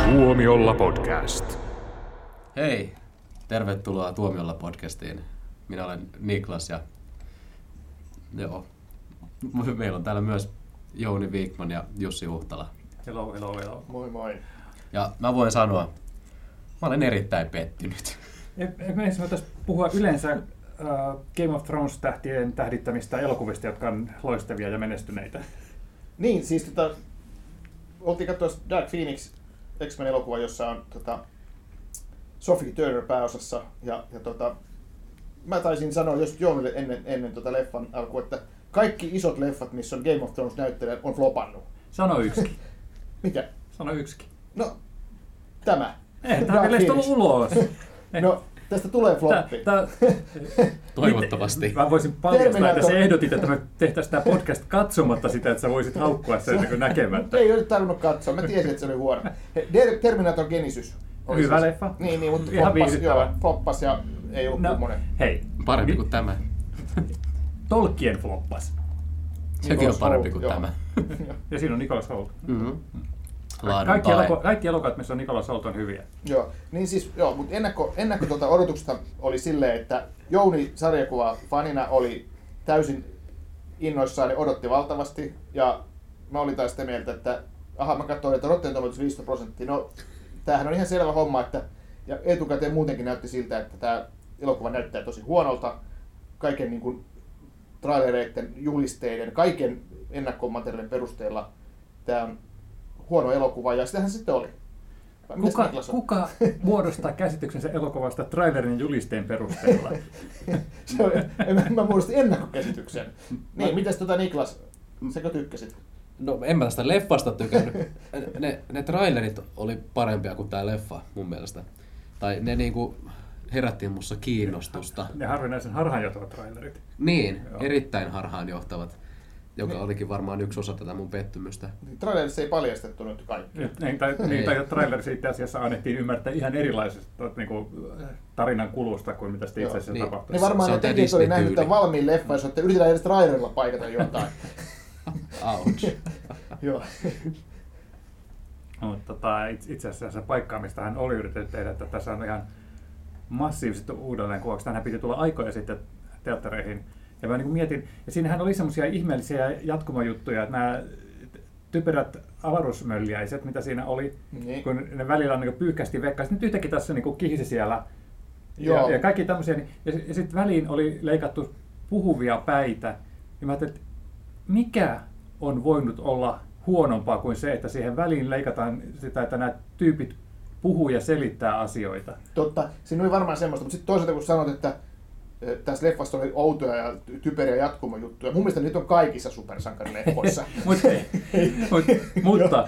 Tuomiolla podcast. Hei, tervetuloa Tuomiolla podcastiin. Minä olen Niklas ja joo, meillä on täällä myös Jouni Wikman ja Jussi Huhtala. Hello. Moi moi. Ja mä voin sanoa, mä olen erittäin pettynyt. Me voitaisiin puhua yleensä Game of Thrones-tähtien tähdittämistä elokuvista, jotka on loistavia ja menestyneitä. Niin, siis oltiin katsoa Dark Phoenix X-Men-elokuva, jossa on Sophie Turner pääosassa. Ja mä taisin sanoa just Joonille ennen leffan alkua, että kaikki isot leffat, missä on Game of Thrones näyttelijä, on flopannut. Sano yksikin. Mikä? Sano yksikin. No, tämä. Tämä on tullut ulos. No, tästä tulee floppi. Toivottavasti. Mä voisin paljastaa, että sä ehdotit, että me tehtäisiin tämä podcast katsomatta sitä, että sä voisit haukkua sen näkemättä. Ei ole tarvinnut katsoa, mä tiesin, että se oli huono. Terminator Genesis. Hyvä leffa. Niin, mutta ihan floppas ja ei ollut kummonen. Hei. Parempi kuin tämä. Tolkien floppas. Sekin on parempi kuin tämä. Ja siinä on Nicholas Hoult. Mm-hmm. Kaikki elokuvat, missä on Nicholas Hoult, on hyviä. Joo, niin siis, mutta ennakko odotuksesta oli silleen, että Jouni sarjakuva-fanina oli täysin innoissaan ja odotti valtavasti. Ja mä olin taas sitä mieltä, että mä katsoin, että Rotten Tomatoes 15%. No, tämähän on ihan selvä homma, että ja etukäteen muutenkin näytti siltä, että tämä elokuva näyttää tosi huonolta. Kaiken niin kuin trailereiden, julisteiden, kaiken ennakkomateriaalin perusteella tämä on huono elokuva, ja sitähän sitten oli. Kuka muodostaa käsityksensä elokuvasta trailerin julisteen perusteella? Mä muodostin ennakkokäsityksen. Niin, mitäs Niklas, säkö tykkäsit? No en mä tästä leffasta tykännyt. Ne trailerit oli parempia kuin tää leffa mun mielestä. Tai ne niinku herätti musta kiinnostusta. Ne harvinaisen harhaanjohtavat trailerit. Niin, joo. Erittäin harhaanjohtavat. Joka olikin varmaan yksi osa tätä mun pettymystä. Trailerissa ei paljastettu nyt kaikkea. Tai trailerissa itse asiassa annettiin ymmärtää ihan erilaisesta tarinan kulusta kuin mitä sitten itse asiassa tapahtui. Ne varmaan ne tekijät oli nähnyt tämän valmiin leffan, jos yritetään edes trailerilla paikata jotain. Ouch. Joo. Itse asiassa paikkaamistahan oli yritetty tehdä, että tässä on ihan massiivisesti uudelleenkuvauksia. Tämähän piti tulla aikoja sitten teattereihin. Ja mä niin mietin, ja siinähän oli semmoisia ihmeellisiä jatkumajuttuja, että nämä typerät avaruusmölliäiset, mitä siinä oli, kun ne välillä on niin pyyhkästi vekkaa, sitten yhtäkkiä tässä niin kihisi siellä. Ja kaikki tämmöisiä, ja sitten väliin oli leikattu puhuvia päitä. Ja mä ajattelin, että mikä on voinut olla huonompaa kuin se, että siihen väliin leikataan sitä, että nämä tyypit puhuu ja selittää asioita. Totta, siinä oli varmaan semmoista, mutta sitten toisaalta kun sanot, että tässä leffassa oli outoja ja typeriä jatkumajuttuja. Mun mielestä nyt on kaikissa supersankarileffoissa. Mutta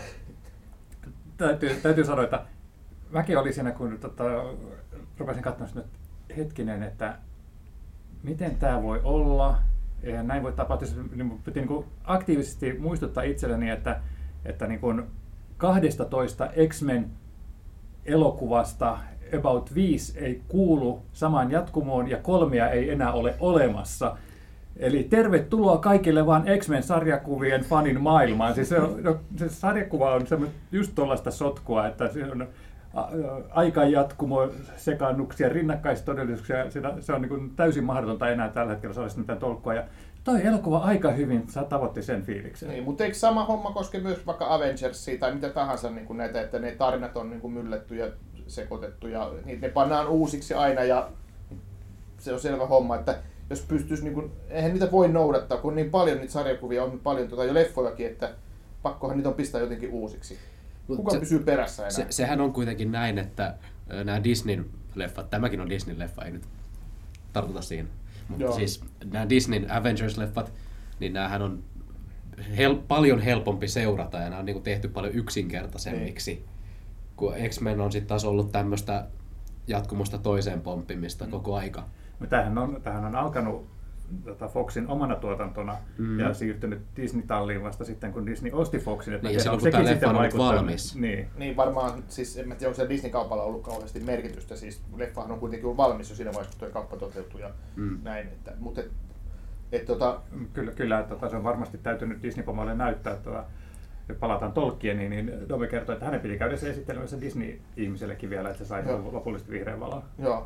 täytyy sanoa, että mäkin oli siinä, kun rupesin katsomaan, että hetkinen, että miten tämä voi olla. Eihän näin voi tapahtua. Piti niin aktiivisesti muistuttaa itselleni, että niin kuin 12 X-Men elokuvasta about 5 ei kuulu samaan jatkumoon ja 3 ei enää ole olemassa. Eli tervetuloa kaikille vaan X-Men-sarjakuvien fanin maailmaan. Siis se sarjakuva on just tuollaista sotkua, että se on aikajatkumo, sekaannuksia, rinnakkaistodellisuuksia. Se on niin kuin täysin mahdotonta enää tällä hetkellä saada mitään tolkkua. Ja toi elokuva aika hyvin tavoitti sen fiiliksen. Niin, mutta eikö sama homma koske myös vaikka Avengersia tai mitä tahansa niin kuin näitä, että ne tarinat on niin kuin mylletty ja sekoitettu ja ne pannaan uusiksi aina ja se on selvä homma, että jos pystyisi, niin kuin, eihän niitä voi noudattaa, kun on niin paljon niitä sarjakuvia, on paljon jo leffojakin, että pakkohan niitä on pistää jotenkin uusiksi. Kuka pysyy perässä enää? Sehän on kuitenkin näin, että nämä Disneyn leffat, tämäkin on Disney-leffa, ei nyt tartuta siihen, mutta siis nämä Disneyn Avengers-leffat, niin näähän on paljon helpompi seurata ja nämä on niin kuin tehty paljon yksinkertaisemmiksi. Kun X-Men on sitten taas ollut tämmöistä jatkumosta toiseen pomppimista koko aika. Tämähän on alkanut Foxin omana tuotantona ja siirtynyt Disney-talliin vasta sitten, kun Disney osti Foxin. Niin, ja silloin kun tämä leffa on ollut valmis. Niin varmaan, siis en tiedä, onko se Disney-kaupalla ollut kauheasti merkitystä. Siis leffahan on kuitenkin ollut valmis jo siinä vaiheessa, kun tuo kauppa toteutui ja näin. Kyllä, että se on varmasti täytynyt Disney-pomoille näyttää palataan Tolkieniin, niin Dove kertoi, että hänen piti käydä se esittelemässä Disney-ihmisellekin vielä, että se sai lopullisesti vihreän valon. Joo.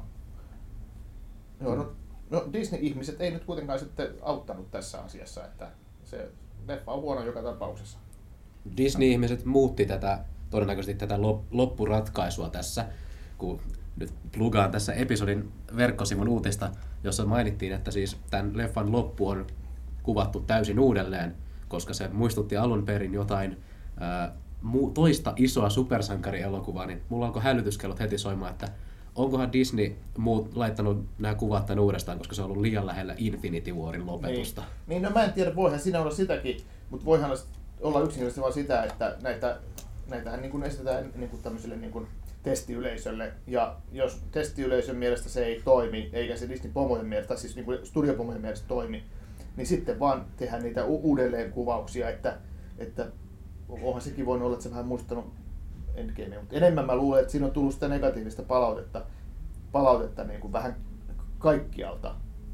No Disney-ihmiset ei nyt kuitenkaan sitten auttanut tässä asiassa, että se leffa on huono joka tapauksessa. Disney-ihmiset muutti todennäköisesti tätä loppuratkaisua tässä, kun nyt plugaan tässä episodin verkkosivun uutista, jossa mainittiin, että siis tämän leffan loppu on kuvattu täysin uudelleen, koska se muistutti alun perin jotain toista isoa supersankarielokuvaa, niin mulla onko hälytyskellot heti soimaan, että onkohan Disney laittanut nämä kuvat tämän uudestaan, koska se on ollut liian lähellä Infinity Warin lopetusta. Niin, no mä en tiedä, voihan siinä olla sitäkin, mutta voihan olla yksinkertaisesti vaan sitä, että näitähän niin kuin esitetään niin kuin tämmöiselle niin kuin testiyleisölle, ja jos testiyleisön mielestä se ei toimi, eikä se Disney-pomojen mielestä, siis niin kuin studiopomojen mielestä toimi, niin sitten vaan tehdään niitä uudelleenkuvauksia, että onhan sekin voinut olla, että se vähän muistanut Endgamea, mutta enemmän mä luulen, että siinä on tullut sitä negatiivista palautetta niin kuin vähän kaikkialta.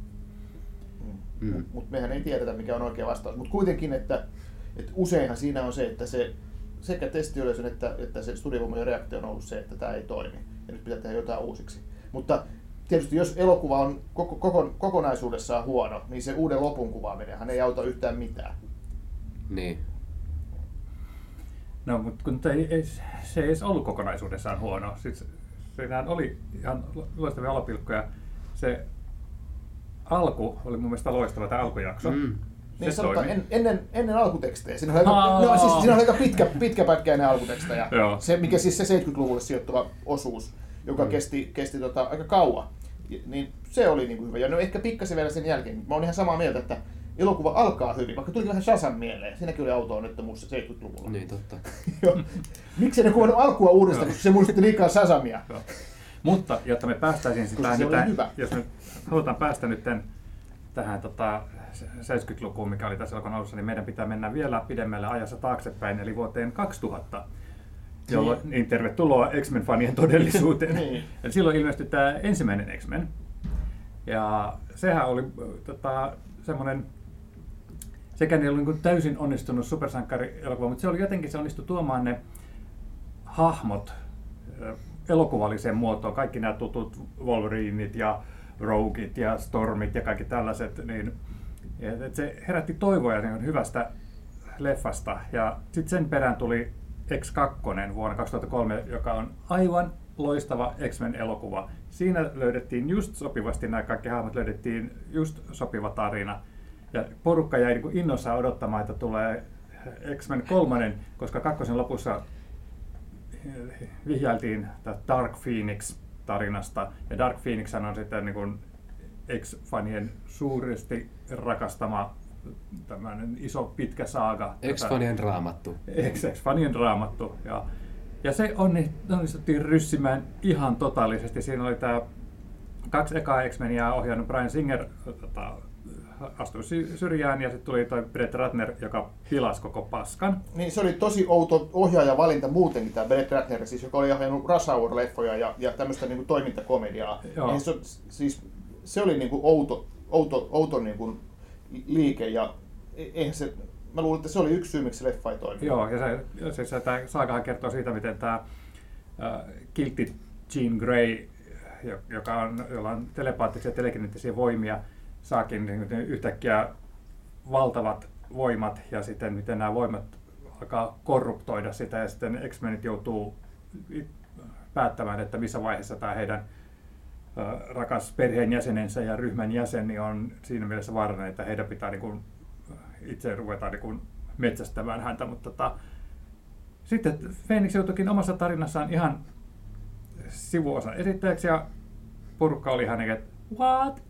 Mutta mehän ei tiedetä, mikä on oikea vastaus. Mutta kuitenkin, että useinhan siinä on se, että se sekä testiyleisön että se studiopomojen reaktio on ollut se, että tämä ei toimi ja nyt pitää tehdä jotain uusiksi. Mutta tietysti jos elokuva on kokonaisuudessaan huono, niin se uuden lopun kuvaaminenhan ei auta yhtään mitään. Niin. No, mutta kun se ei edes ollut kokonaisuudessaan huono. Siis, siinähän oli ihan loistavia alapilkkoja. Se alku oli mun mielestä loistava, tämä alkujakso. Niin sanotaan ennen alkutekstejä. Siinä on aika pitkäpätkäinen alkutekstejä. Se, mikä siis se 70-luvulle sijoittuva osuus, joka kesti aika kauan, niin se oli niin kuin hyvä. Ja no ehkä pikkasen vielä sen jälkeen. Mä oon ihan samaa mieltä, että elokuva alkaa hyvin, vaikka tuli vähän Shazam mieleen. Siinäkin oli auto-onnettomuus 70-luvulla. Niin, totta. Miksi ne kuvannut alkua uudestaan, koska se muistutti liikaa Shazamia? Mutta jotta me päästäisiin sitten jos me halutaan päästä nyt tähän 70-lukuun, mikä oli tässä elokuvan alussa, niin meidän pitää mennä vielä pidemmälle ajassa taaksepäin, eli vuoteen 2000. Niin tervetuloa X-Men-fanien todellisuuteen. Niin. Eli silloin ilmestyi tämä ensimmäinen X-Men. Ja sehän oli semmoinen, sekään ei ollut niin täysin onnistunut supersankkari-elokuva, mutta se onnistui tuomaan ne hahmot elokuvalliseen muotoon. Kaikki nämä tutut Wolverineit ja Rogueit ja Stormit ja kaikki tällaiset. Niin, se herätti toivoja hyvästä leffasta. Ja sitten sen perään tuli X2 vuonna 2003, joka on aivan loistava X-Men-elokuva. Siinä löydettiin just sopivasti, nämä kaikki hahmot löydettiin just sopiva tarina. Ja porukka jäi niin kuin innossaan odottamaan, että tulee X-Men 3, koska 2 lopussa vihjailtiin Dark Phoenix-tarinasta. Ja Dark Phoenix on sitten niin kuin X-fanien suuresti rakastama tämmöinen iso pitkä saaga. X-fanien raamattu. X-fanien raamattu. Ja se onnistuttiin ryssimään ihan totaalisesti. Siinä oli tämä 2 ekaa X-Meniä ohjannut Bryan Singer astui syrjään ja sitten tuli toi Brett Ratner, joka pilasi koko paskan. Niin se oli tosi outo ohjaajavalinta muutenkin tämä Brett Ratner, siis, joka oli ohjannut Rush Hour-leffoja ja tämmöistä niinku toimintakomediaa. Se oli niinku outo niinku liike ja eihän se, mä luulen, että se oli yksi syy, miksi se leffa ei toimi. Joo, ja siis tämä saagahan kertoo siitä, miten tämä kiltti Jean Grey, jolla on telepaattisia ja telekineettisiä voimia, saakin yhtäkkiä valtavat voimat ja sitten miten nämä voimat alkaa korruptoida sitä ja sitten X-Menit joutuu päättämään, että missä vaiheessa tämä heidän rakas perheenjäsenensä ja ryhmän jäseni on siinä mielessä vaarallinen, että heidän pitää niin kuin itse ruveta niin kuin metsästämään häntä, mutta sitten Phoenix joutuikin omassa tarinassaan ihan sivuosan esittäjäksi ja porukka oli hänen, että what?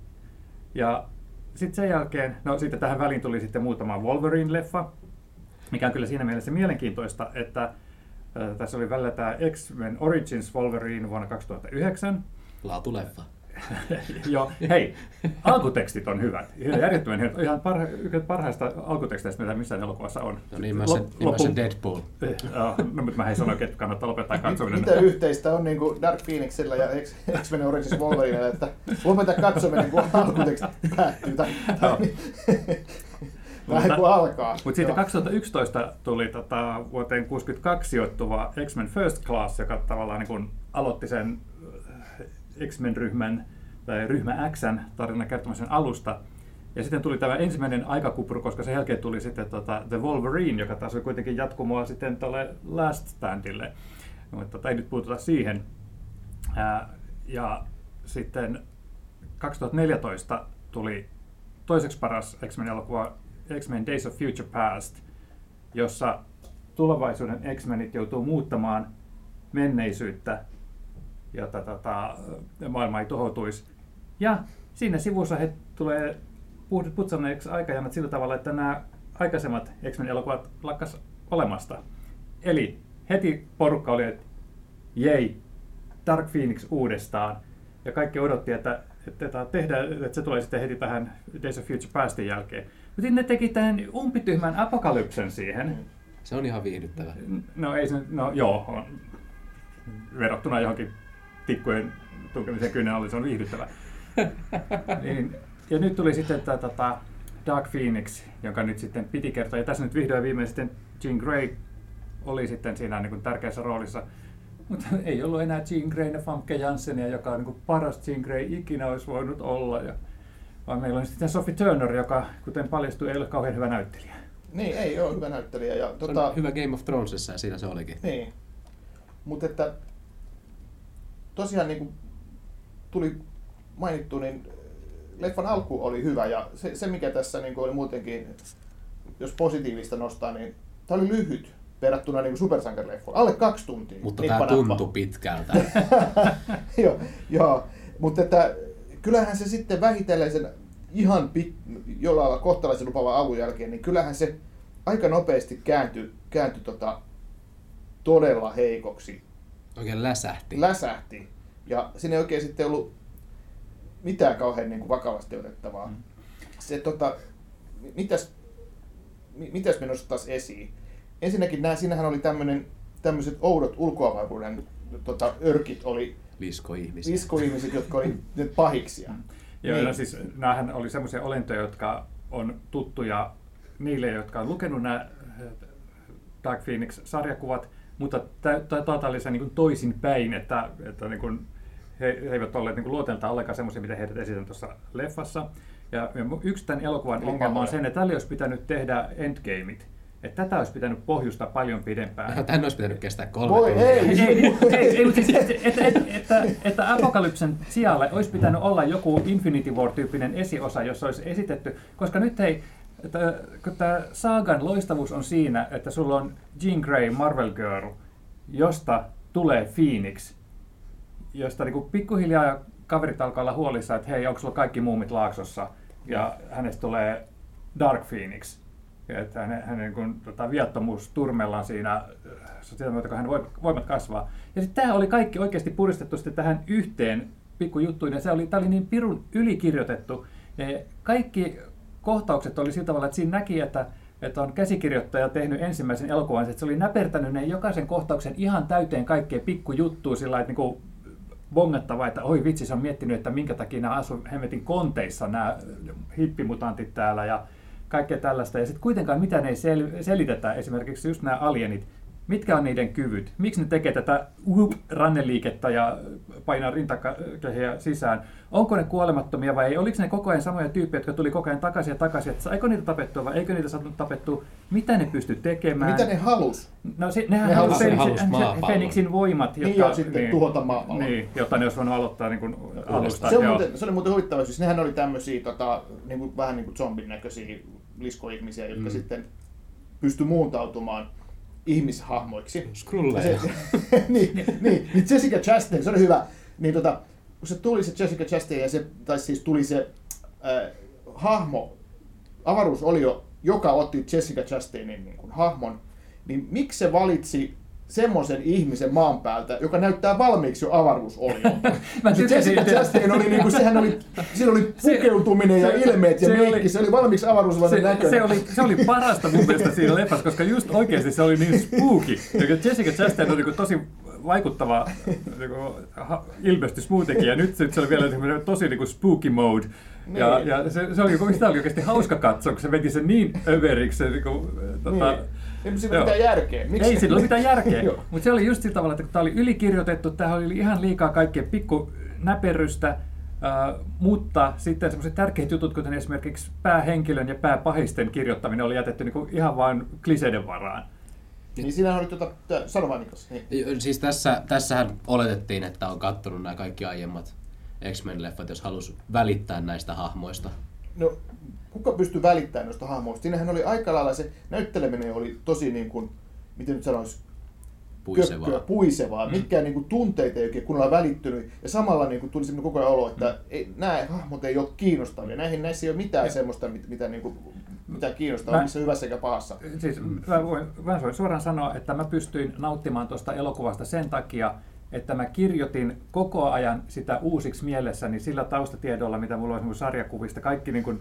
Ja sitten sen jälkeen, no sitten tähän väliin tuli sitten muutama Wolverine-leffa, mikä on kyllä siinä mielessä mielenkiintoista, että tässä oli välillä tämä X-Men Origins Wolverine vuonna 2009. Laatuleffa. Joo, hei, alkutekstit on hyvät. Järjettömän hyvät. Ihan parhaista alkuteksteistä, mitä missään elokuvassa on. No niin, mä sen Deadpool. No, mutta mä en sano, että kannattaa lopettaa katsominen. Mitä yhteistä on niin kuin Dark Phoenixilla ja X-Men Origins Wolverinella, että lopeta katsominen, kun alkutekstit päättyy. Vähän kuin alkaa. Mutta siitä 2011 tuli vuoteen 1962 sijoittuva X-Men First Class, joka tavallaan niin kun aloitti sen X-Men-ryhmän tai ryhmä X:n tarinan kertomisen alusta. Ja sitten tuli tämä ensimmäinen aikakupru, koska sen jälkeen tuli sitten The Wolverine, joka taas oli kuitenkin jatkumoa sitten tuolle Last Standille. Mutta ei nyt puututa siihen. Ja sitten 2014 tuli toiseksi paras X-Men-elokuva X-Men Days of Future Past, jossa tulevaisuuden X-Menit joutuu muuttamaan menneisyyttä, jotta maailma ei tuhoutuisi. Ja siinä sivussa he tulee putsanneeksi aikajanat sillä tavalla, että nämä aikaisemmat X-Men-elokuvat lakkas olemasta. Eli heti porukka oli, että jei, Dark Phoenix uudestaan. Ja kaikki odotti, että se tulee sitten heti tähän Days of Future Pastin jälkeen. Mutta sitten ne teki tämän umpityhmän apokalypsen siihen. Se on ihan viihdyttävä. On. Verrattuna johonkin tikkujen tunkemiseen kynnen oli, se on viihdyttävä. Ja nyt tuli sitten tämä Dark Phoenix, jonka nyt sitten piti kertoa. Ja tässä nyt vihdoin viimein sitten Jean Grey oli sitten siinä niin kuin tärkeässä roolissa. Mutta ei ollut enää Jean Greyn ja Famke Janssenia, joka on niin kuin paras Jean Grey ikinä olisi voinut olla. Vaan meillä on sitten Sophie Turner, joka kuten paljastui ei ole kauhean hyvä näyttelijä. Niin, ei ole hyvä näyttelijä. Ja, on hyvä Game of Thronesissa ja siinä se olikin. Niin. Mutta että tosiaan niin kuin tuli mainittu, niin leffan alku oli hyvä ja se mikä tässä niin kuin oli muutenkin, jos positiivista nostaa, niin tämä oli lyhyt verrattuna niin supersankarileffoon. Alle 2 tuntia. Mutta tämä tuntui pitkältä. joo. Mutta että kyllähän se sitten vähitellen sen ihan jollain lailla kohtalaisen lupavan alun jälkeen, niin kyllähän se aika nopeasti kääntyi todella heikoksi. Oikein Läsähti. Ja siinä ei oikein sitten ollut mitään kauhean niin kuin vakavasti otettavaa. Se, mitäs me nostettaisiin esiin? Ensinnäkin siinähän oli tämmöiset oudot ulkoavaruuden örkit oli liskoihmiset, jotka oli nyt pahiksia. Joo, niin. Siis näähän oli semmoisia olentoja, jotka on tuttuja niille, jotka on lukenut nämä Dark Phoenix-sarjakuvat, mutta totaalisen niin toisinpäin, että niin kuin he eivät olleet niin luoteeltaan ollenkaan semmoisia, mitä heidät esitän tuossa leffassa. Ja yksi tämän elokuvan ongelma on sen, että tälle olisi pitänyt tehdä endgameit. Että tätä olisi pitänyt pohjustaa paljon pidempään. Tänne olisi pitänyt kestää 3 tuntia. Ei, mutta siis, että Apokalypsen sijalle olisi pitänyt olla joku Infinity War-tyyppinen esiosa, jossa olisi esitetty, koska nyt tämä saagan loistavuus on siinä, että sulla on Jean Grey, Marvel Girl, josta tulee Phoenix, josta niin kuin pikkuhiljaa kaverit alkaa olla huolissaan, että hei, onko sulla kaikki muumit laaksossa, ja hänestä tulee Dark Phoenix. Että hänen viattomuus turmellaan siinä, sitä myötä, kun hän voimat kasvaa. Ja sitten tämä oli kaikki oikeasti puristettu sitten tähän yhteen pikkujuttuun, ja tämä oli niin pirun ylikirjoitettu. Kaikki kohtaukset oli sillä tavalla, että siinä näki, että on käsikirjoittaja tehnyt ensimmäisen elokuvan, että se oli näpertänyt ne jokaisen kohtauksen ihan täyteen kaikkea pikkujuttua sillä lailla, että niin bongattavaa, että oi vitsi, se on miettinyt, että minkä takia nämä asuivat hemmetin konteissa, nämä hippimutantit täällä, ja kaikkea tällaista. Ja sitten kuitenkaan mitään ei selitetä, esimerkiksi just nämä alienit. Mitkä on niiden kyvyt? Miksi ne tekee tätä ranneliikettä ja painaa rintakehiä sisään? Onko ne kuolemattomia vai ei? Oliko ne koko ajan samoja tyyppejä, jotka tuli koko ajan takaisin ja takaisin? Että saiko niitä tapettua vai eikö niitä saanut tapettua? Mitä ne pystyi tekemään? Mitä ne halus? No nehän halus Phoenixin voimat, jotka sitten tuhota maapallon. Niin, jotta ne olisi voinut aloittaa niin kuin alusta. Se oli muuten huvittavaa. Siis nehän oli tämmöisiä niin kuin, vähän niin kuin zombin näköisiä liskoihmisiä, jotka sitten pystyi muuntautumaan ihmishahmoiksi. Skrulleja. niin, Jessica Chastain, se oli hyvä. Niin kun se tuli se Jessica Chastain ja tuli se hahmo, avaruusolio, joka otti Jessica Chastainin niin kuin hahmon, niin miksi se valitsi semmoisen ihmisen maan päältä, joka näyttää valmiiksi jo avaruusoliolta. Jessica Chastain oli niinku, siinä oli pukeutuminen ja ilmeet ja meikki, se oli valmiiksi avaruusolion näköinen. Se oli parasta mun mielestä siinä leffassa, koska just oikeasti se oli niin spooky. Jessica Chastain on niinku tosi vaikuttava ilmestys muutenkin, ja nyt se oli vielä tosi niin kuin spooky mode. Niin. Ja se oli, sitä oli oikeasti hauska katsoa, kun se veti sen niin överiksi. Niin kuin, ei siinä ole mitään järkeä. Miksi? Ei siinä ole mitään järkeä, mutta se oli just sillä tavalla, että kun tämä oli ylikirjoitettu, tämä oli ihan liikaa kaikkea pikkunäperystä, mutta sitten sellaiset tärkeät jutut, kuten esimerkiksi päähenkilön ja pääpahisten kirjoittaminen, oli jätetty niin kuin ihan vain kliseiden varaan. Niin siinä oli sano vaan Niklas. Niin. Siis tässähän oletettiin, että on katsonut nämä kaikki aiemmat X-Men-leffat, jos halusi välittää näistä hahmoista. No, kuka pystyi välittämään noista hahmoista? Siinähän oli aika lailla se näytteleminen oli tosi niin kuin, miten nyt sanoisi, puisevaa. Mitkään niin kuin tunteita ei oikein kunnolla välittynyt. Ja samalla niin kuin tuli sellainen koko ajan olo, että nämä hahmot ei ole kiinnostavia. Näissä ei ole mitään semmoista, mitä kiinnostaa, missä hyvässä eikä pahassa. Siis mä voin suoraan sanoa, että mä pystyin nauttimaan tuosta elokuvasta sen takia, että mä kirjoitin koko ajan sitä uusiksi mielessäni sillä taustatiedolla, mitä mulla on sarjakuvista. Kaikki niin kuin,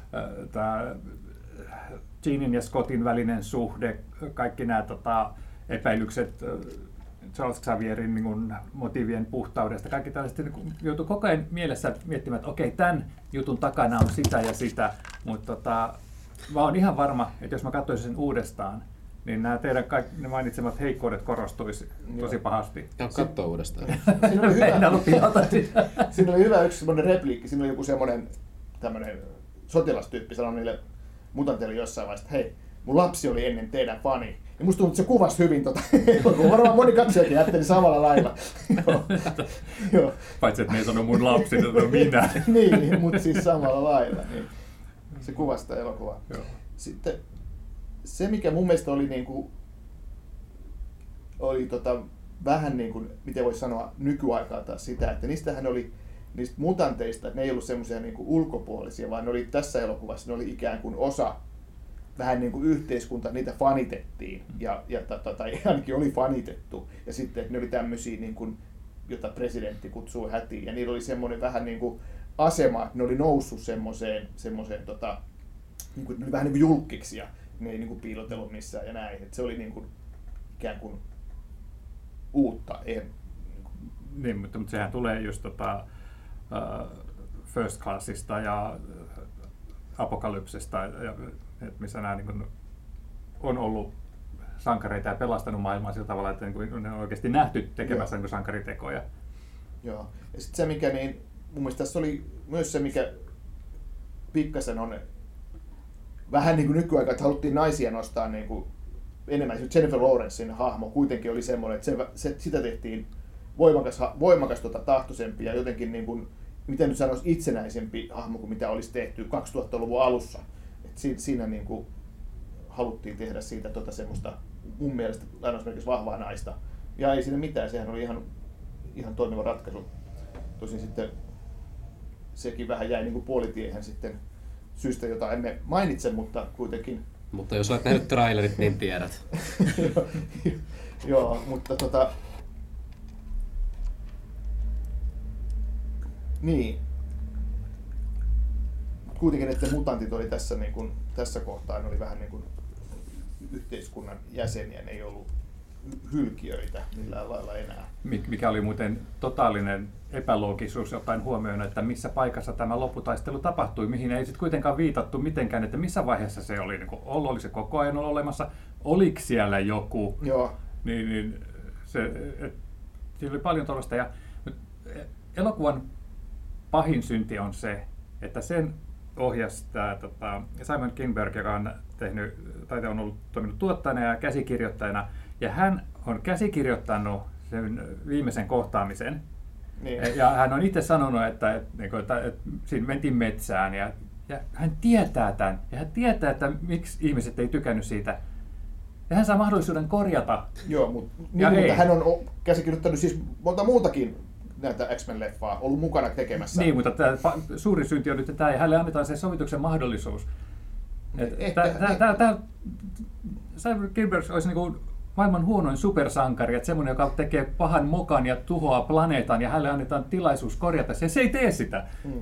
Jeanin ja Scottin välinen suhde, kaikki nämä epäilykset Charles Xavierin niin kuin, motiivien puhtaudesta, kaikki tällaiset niin joutui koko ajan mielessä miettimään, että okei, tämän jutun takana on sitä ja sitä, mutta mä oon ihan varma, että jos mä katsoisin sen uudestaan, niin nämä teidän ne mainitsemat heikkoudet korostuisi tosi pahasti. Katsoa uudestaan. Siinä oli hyvä yksi semmoinen repliikki, siinä oli joku semmoinen tämmöinen sotilastyyppi sanoi niille mutanteille jossain vaiheessa, että hei, mun lapsi oli ennen teidän fani. Ja musta tuntuu, että se kuvasi hyvin kun varmaan moni katsojakin jätteli samalla lailla. Joo. Paitsi, että ne ei sano mun lapsi, että on minä. Niin, mutta siis samalla lailla. Niin. Se kuvasi sitä elokuvaa. Joo. Sitten se, mikä mun mielestä oli, oli vähän niin kuin, miten voisi sanoa, nykyaikaa taas sitä, että niistähän oli niistä mutanteista, että ne ei ollut semmoisia niin kuin ulkopuolisia, vaan ne oli tässä elokuvassa, ne oli ikään kuin osa vähän niin kuin yhteiskunta, niitä fanitettiin, tai ainakin oli fanitettu, ja sitten ne oli tämmöisiä, niin kuin, jota presidentti kutsuu hätiin, ja niillä oli semmoinen vähän niin kuin asema, että ne oli noussut semmoiseen niin kuin, ne oli vähän niin kuin julkkiksi, ja ne ei niin kuin piilotellut missään ja näin, että se oli niin kuin, ikään kuin uutta. Niin, mutta sehän tulee just First Classista ja Apokalypsesta, missä nämä niin kuin, on ollut sankareita ja pelastanut maailmaa sillä tavalla, että niin ne on oikeasti nähty tekemässä niin sankaritekoja. Joo. Ja sitten se, mikä niin, mun mielestä tässä oli myös se, mikä pikkasen on vähän niin kuin nykyaikaa, että haluttiin naisia nostaa niin kuin enemmän. Jennifer Lawrencein hahmo kuitenkin oli semmoinen, että sitä tehtiin voimakas tahtoisempi ja jotenkin, niin kuin, miten nyt sanoisi, itsenäisempi hahmo kuin mitä olisi tehty 2000-luvun alussa. Et siinä niin kuin haluttiin tehdä siitä semmoista mun mielestä lainausmerkissä vahvaa naista. Ja ei siinä mitään, sehän oli ihan toimiva ratkaisu. Tosin sitten sekin vähän jäi niin kuin puolitiehen sitten syystä, jota emme mainitse, mutta kuitenkin. Mutta jos olet nähnyt trailerit, niin tiedät. Joo, mutta niin. Kuitenkin, että mutantit oli tässä, niin kuin, tässä kohtaa, ne oli vähän niin kuin yhteiskunnan jäseniä, ne ei ollut hylkiöitä millään lailla enää. Mikä oli muuten totaalinen epäloogisuus ottaen huomioon, että missä paikassa tämä lopputaistelu tapahtui, mihin ei sitten kuitenkaan viitattu mitenkään, että missä vaiheessa se oli, niin oli se koko ajan olemassa, oliko siellä joku, Joo. Niin siinä oli paljon tuollaista. Ja elokuvan pahin synti on se, että sen ohjasi Simon Kinberg, joka on ollut toiminut tuottajana ja käsikirjoittajana, ja hän on käsikirjoittanut sen viimeisen kohtaamisen. Niin. Ja hän on itse sanonut, että siinä mentiin metsään ja hän tietää tämän. Ja hän tietää, että miksi ihmiset ei tykännyt siitä. Ja hän saa mahdollisuuden korjata. Joo, mutta hän on käsikirjoittanut siis monta muutakin näitä X-Men-leffaa, ollut mukana tekemässä. Niin, mutta tämä suuri synti on nyt tämä, ja hänelle annetaan se sovituksen mahdollisuus. Simon Kinberg olisi niin maailman huonoin supersankari, että semmoinen, joka tekee pahan mokan ja tuhoaa planeetan, ja hänelle annetaan tilaisuus korjata se, ja se ei tee sitä.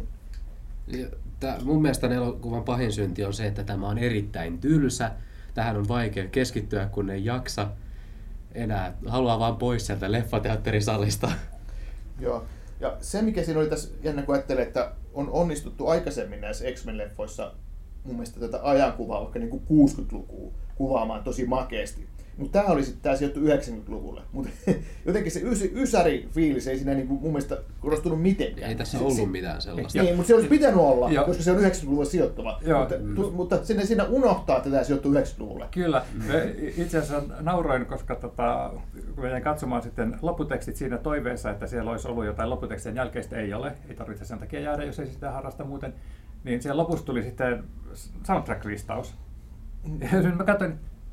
Mun mielestä elokuvan pahin synti on se, että tämä on erittäin tylsä. Tähän on vaikea keskittyä, kun ei jaksa. enää. Haluaa vaan pois sieltä leffateatterisalista. Joo. Ja se, mikä siinä oli tässä jännä, kun ajattelee, että on onnistuttu aikaisemmin näissä X-Men-leffoissa mun mielestä tätä ajankuvaa, vaikka niin kuin 60-lukua kuvaamaan tosi makeasti. Mutta tämä oli sitten, tämä sijoittu 90-luvulle. Mutta jotenkin se ysäri-fiilis ei siinä niin kuin mun mielestä korostunut mitenkään. Ei tässä ollut mitään sellaista. Niin, mutta se olisi pitänyt olla, koska se on 90-luvulle sijoittuva. Mutta siinä unohtaa, että tämä sijoittuu 90-luvulle. Kyllä. Itse asiassa nauroin, koska kun mä jäin katsomaan sitten lopputekstit siinä toiveessa, että siellä olisi ollut jotain lopputekstien jälkeistä, ei ole. Ei tarvitse sen takia jäädä, jos ei sitä harrasta muuten. Niin siellä lopussa tuli sitten soundtrack-listaus. Ja mä katsoin,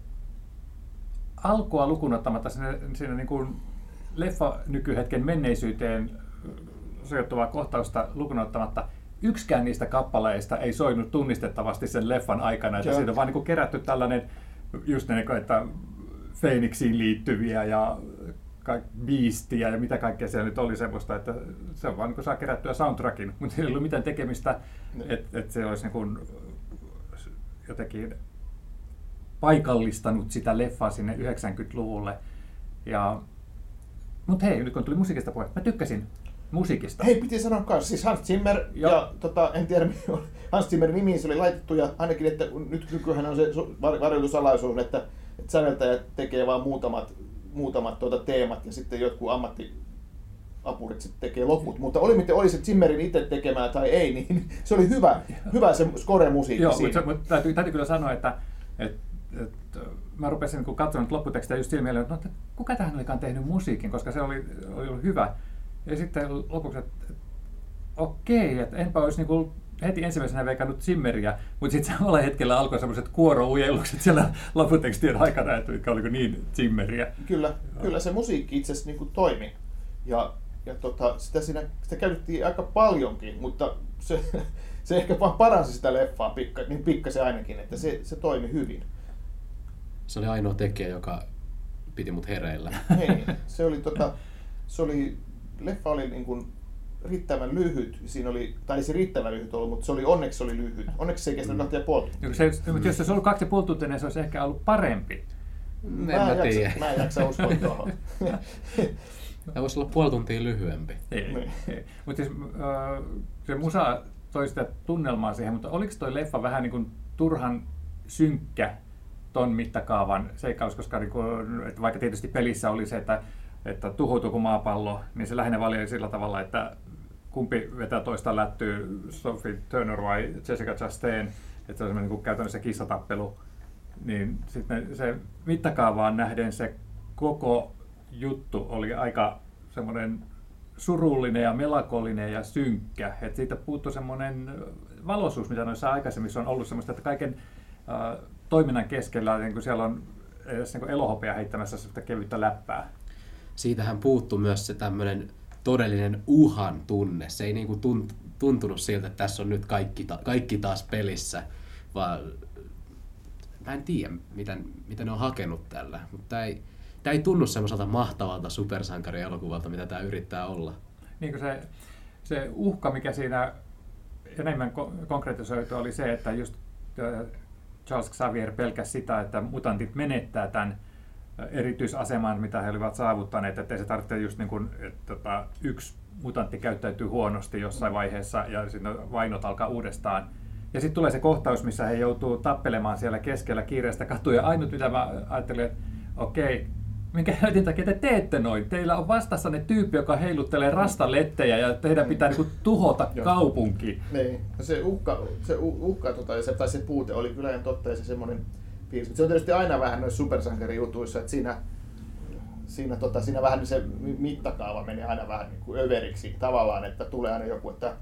alkua lukuun ottamatta siinä niin kuin leffa-nykyhetken menneisyyteen sijoittuvaa kohtausta lukuun ottamatta, yksikään niistä kappaleista ei soinut tunnistettavasti sen leffan aikana. Että siinä on vaan niin kuin kerätty tällainen, just niin, että Phoenixiin liittyviä ja Beastia ja mitä kaikkea siellä nyt oli semmoista, että se on vaan niin kuin saa kerättyä soundtrackin, mutta sillä ei ollut mitään tekemistä, että se olisi niin kuin jotenkin paikallistanut sitä leffaa sinne 90-luvulle. Mutta hei, nyt kun tuli musiikista puhe, mä tykkäsin musiikista. Hei, piti sanoa kanssa, siis Hans Zimmer, ja en tiedä, Hans Zimmerin nimiin se oli laitettu, ja ainakin, että nyt nykyään on se varjoitusalaisuus, että säveltäjät tekee vaan muutamat teemat, ja sitten jotkut ammattiapurit sitten tekee loput. Mutta oli se Zimmerin itse tekemää tai ei, niin se oli hyvä se score-musiikki siinä. Joo, mutta täytyy kyllä sanoa, että mä rupesin katsomaan lopputekstejä just sillä mielellä, että kuka tähän olikaan tehnyt musiikin, koska se oli hyvä. Ja sitten lopuksi, että okei, että enpä olisi niin heti ensimmäisenä veikannut Zimmeriä, mutta sitten samalla hetkellä alkoi sellaiset kuoroujellukset siellä lopputekstien aikana, että oliko niin Zimmeriä. Kyllä se musiikki itse asiassa niin toimi. Ja sitä käytettiin aika paljonkin, mutta se ehkä vaan paransi sitä leffaa niin pikkasen ainakin, että se toimi hyvin. Se oli ainoa tekijä, joka piti mut hereillä. Ei, leffa oli niin kuin riittävän lyhyt. Siinä oli, tai ei se riittävän lyhyt ollut, mutta onneksi se oli lyhyt. Onneksi se ei kestänyt 2,5 tuntia. Jos se olisi ollut 2,5 tuntia, niin se olisi ehkä ollut parempi. Mä en jaksa uskoa tuohon. Tämä voisi olla puoli tuntia lyhyempi. Ei. Mutta siis, se musa toi sitä tunnelmaa siihen, mutta oliko toi leffa vähän niin kuin turhan synkkä ton mittakaavan seikkailussa, koska että vaikka tietysti pelissä oli se, että tuhoutuuko maapallo, niin se lähinnä valioi sillä tavalla, että kumpi vetää toista lättyä, Sophie Turner vai Jessica Chastain, että se on semmoinen niin käytännössä kissatappelu, niin sitten se mittakaavaan nähden se koko juttu oli aika semmoinen surullinen ja melankolinen ja synkkä, että siitä puuttui semmoinen valoisuus, mitä noissa aikaisemmissa on ollut semmoista, että kaiken toiminnan keskellä niin kuin siellä on edes niin elohopea heittämässä semmoista kevyttä läppää. Siitähän puuttui myös se tämmöinen todellinen uhan tunne. Se ei niinku tuntunut siltä, että tässä on nyt kaikki taas pelissä, vaan mä en tiedä, mitä ne on hakenut tällä, mutta tämä ei tunnu semmoiselta mahtavalta supersankarielokuvalta, mitä tämä yrittää olla. Niin kuin se uhka, mikä siinä enemmän konkretisoitu, oli se, että just Charles Xavier pelkäsi sitä, että mutantit menettää tämän erityisaseman, mitä he olivat saavuttaneet, ettei se tarvitse just niin kuin, että yksi mutantti käyttäytyy huonosti jossain vaiheessa ja sitten vainot alkaa uudestaan. Ja sitten tulee se kohtaus, missä he joutuu tappelemaan siellä keskellä kiireistä katuja. Ainut mitä mä ajattelin, että okei, minkä helvetin takia te teette noin? Teillä on vastassanne tyyppi, joka heiluttelee rastalettejä ja teidän pitää niinku tuhota kaupunki. Niin, se uhka tai se puute oli kyllä ihan totta ja se semmoinen fiilis. Se on tietysti aina vähän noissa supersankarijutuissa, että siinä vähän se mittakaava menee aina vähän niin kuin överiksi tavallaan, että tulee aina joku, että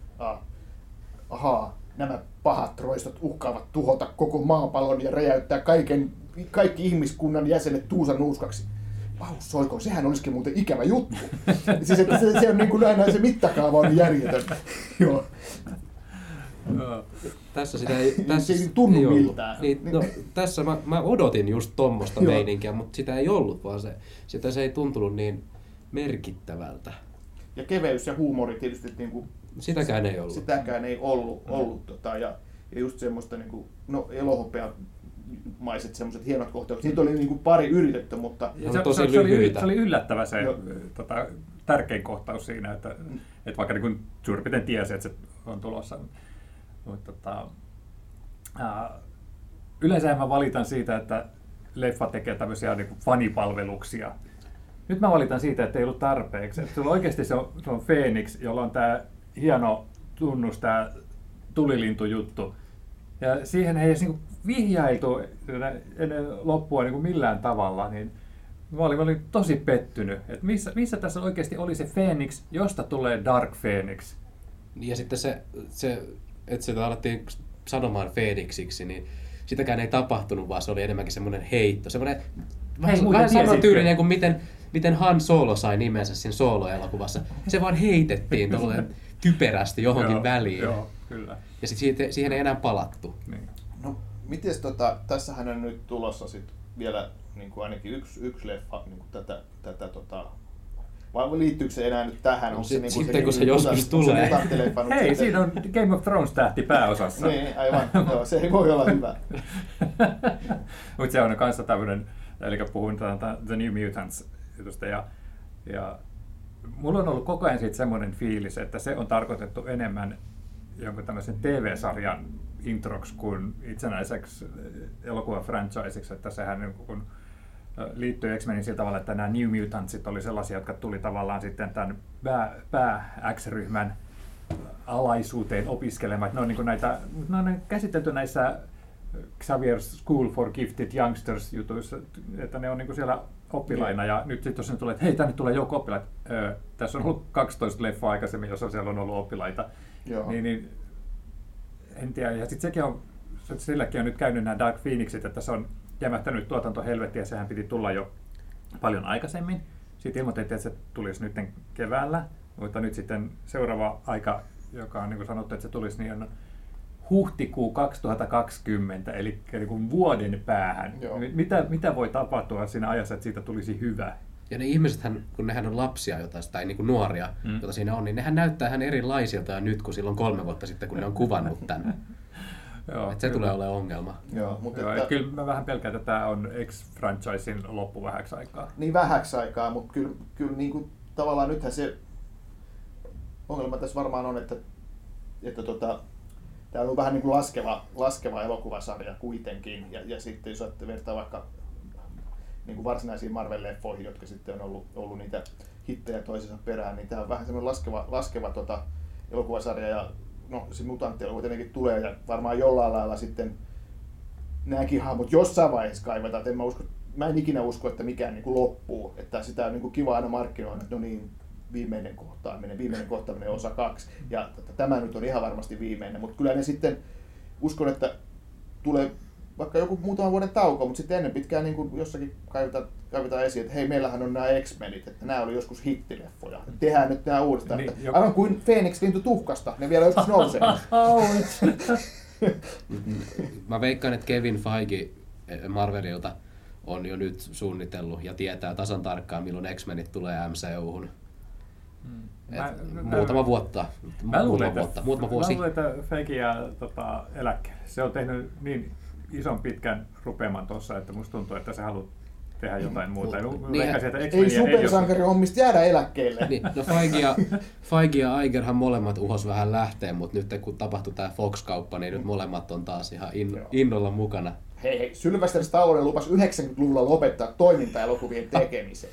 nämä pahat roistot uhkaavat tuhota koko maapallon ja räjäyttää kaikki ihmiskunnan jäsenet tuusan nuuskaksi. Soiko, sehän olisikin muuten ikävä juttu. Siis että se on niin kuin aina se mittakaava on järjetön. Joo. Tässä sitä ei tunnu miltään. Tässä mä odotin just tommosta meininkiä, mutta sitä ei ollut, vaan se ei tuntunut niin merkittävältä. Ja keveys ja huumori tietysti niin kuin sitäkään ei ollut. Sitäkään ei ollut ja just semmoista niin kuin, elohopea maiset semmoiset hienot kohtaukset. Niitä oli niin kuin pari yritetty, mutta... Se oli yllättävä se tärkein kohtaus siinä, että vaikka niin suurin piirtein tiesi, että se on tulossa. Mutta yleensä mä valitan siitä, että leffa tekee tämmöisiä niin kuin fanipalveluksia. Nyt mä valitan siitä, että ei ollut tarpeeksi. Että sulla oikeasti se on Phoenix, jolla on tämä hieno tunnus, tämä tulilintujuttu. Ja siihen ei edes niin vihjailtu ennen loppua niin kuin millään tavalla. Niin mä olin tosi pettynyt, että missä tässä oikeasti oli se Phoenix, josta tulee Dark Phoenix. Ja sitten se että sitä alettiin sanomaan Phoenixiksi, niin sitäkään ei tapahtunut, vaan se oli enemmänkin semmoinen heitto. Semmoinen vähän samantyylinen kuin miten Han Solo sai nimensä siinä Solo-elokuvassa. Se vaan heitettiin typerästi johonkin väliin. Joo, kyllä. Ja sitten siihen ei enää palattu. Niin. No, mites tässähän on nyt tulossa sit vielä niin kuin ainakin yksi leffa niin kuin tätä vai liittyykö se enää nyt tähän? No, sitten kun se joskus tulee. Hei, siinä on Game of Thrones -tähti pääosassa. Niin, aivan. Joo, se ei voi olla hyvä. Mutta se on kanssa tämmöinen, eli puhuin The New Mutants-jutusta, ja mulla on ollut koko ajan siitä semmoinen fiilis, että se on tarkoitettu enemmän jonkun tämmöisen TV-sarjan introksi kuin itsenäiseksi elokuva-franchiseksi, että sehän kun liittyy X-Menin sillä tavalla, että nämä New Mutantsit oli sellaisia, jotka tuli tavallaan sitten tämän X-ryhmän alaisuuteen opiskelemaan. Ne on, niin näitä, ne on käsitelty näissä Xavier's School for Gifted Youngsters -jutuissa, että ne on niin siellä oppilaina, ja nyt sitten jos ne tulee, että hei, tänne tulee joukko oppilaita. Tässä on ollut 12 leffaa aikaisemmin, jossa siellä on ollut oppilaita. Niin, en tiedä, ja sitten sekin on, silläkin on nyt käynyt nämä Dark Phoenixit, että se on jämähtänyt tuotantohelvettiä, sehän piti tulla jo paljon aikaisemmin. Sitten ilmoitettiin, että se tulisi nyt keväällä, mutta nyt sitten seuraava aika, joka on niin kuin sanottu, että se tulisi, niin on huhtikuu 2020, eli vuoden päähän. Mitä voi tapahtua siinä ajassa, että siitä tulisi hyvä? Ja ne ihmisethän, kun nehän on lapsia tai niin kuin nuoria, joita siinä on, niin nehän näyttää ihan erilaisilta nyt kuin silloin 3 vuotta sitten, kun ne on kuvannut tämän. Joo, se tulee olemaan ongelma. Kyllä mä vähän pelkään, että tämä on X-franchisin loppu vähäksi aikaa. Niin vähäksi aikaa, mutta kyllä niin kuin, tavallaan nythän se ongelma tässä varmaan on, että tämä on vähän niin kuin laskeva elokuvasarja kuitenkin. Ja sitten jos vertaa vaikka niin kuin varsinaisiin Marvel-leffoihin, jotka sitten on ollut niitä hittejä toisensa perään, niin tämä on vähän semmoinen laskeva elokuvasarja. Ja no, se mutanttielokuva tietenkin tulee ja varmaan jollain lailla sitten nämäkin hahmot jossain vaiheessa kaivetaan. Mä en ikinä usko, että mikään niin kuin loppuu. Että sitä on niin kuin kiva aina markkinoida, että no niin, viimeinen kohtaaminen osa 2. Ja tämä nyt on ihan varmasti viimeinen, mutta kyllä ne sitten uskon, että tulee vaikka joku muutaman vuoden tauko, mutta sitten ennen pitkään niin kuin jossakin kaivetaan esiin, että hei, meillähän on nämä X-Menit, että nämä oli joskus hittileffoja. Tehdään nyt nämä uudestaan. Niin, aivan kuin Phoenix lintu tuhkasta, ne vielä joskus nousee. Mä veikkaan, että Kevin Feige Marvelilta on jo nyt suunnitellut ja tietää tasan tarkkaan, milloin X-Menit tulee MCU:hun. Muutama vuosi. Mä luulen, että Feige jää eläkkeelle. Se on tehnyt niin ison pitkän rupeaman tuossa, että musta tuntuu, että se haluaa tehdä jotain muuta. Ei supersankarihommista jäädä eläkkeelle. Niin, no Feige ja Igerhan molemmat uhos vähän lähteen, mutta nyt kun tapahtui tämä Fox-kauppa, niin nyt molemmat on taas ihan innolla mukana. Hei, Sylvester Stallone lupasi 90-luvulla lopettaa toimintaelokuvien tekemisen.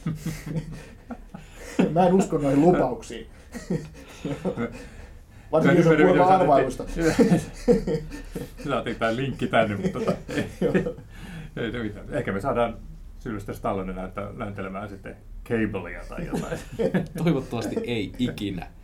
Mä en usko noihin lupauksiin. Varsinkin jos on kuulemma arvailusta. Saatiin tää linkki tänne, mutta ei se mitään. Ehkä me saadaan Sylvester Stallone näyttelemään sitten Cablea tai jotain. Toivottavasti ei ikinä.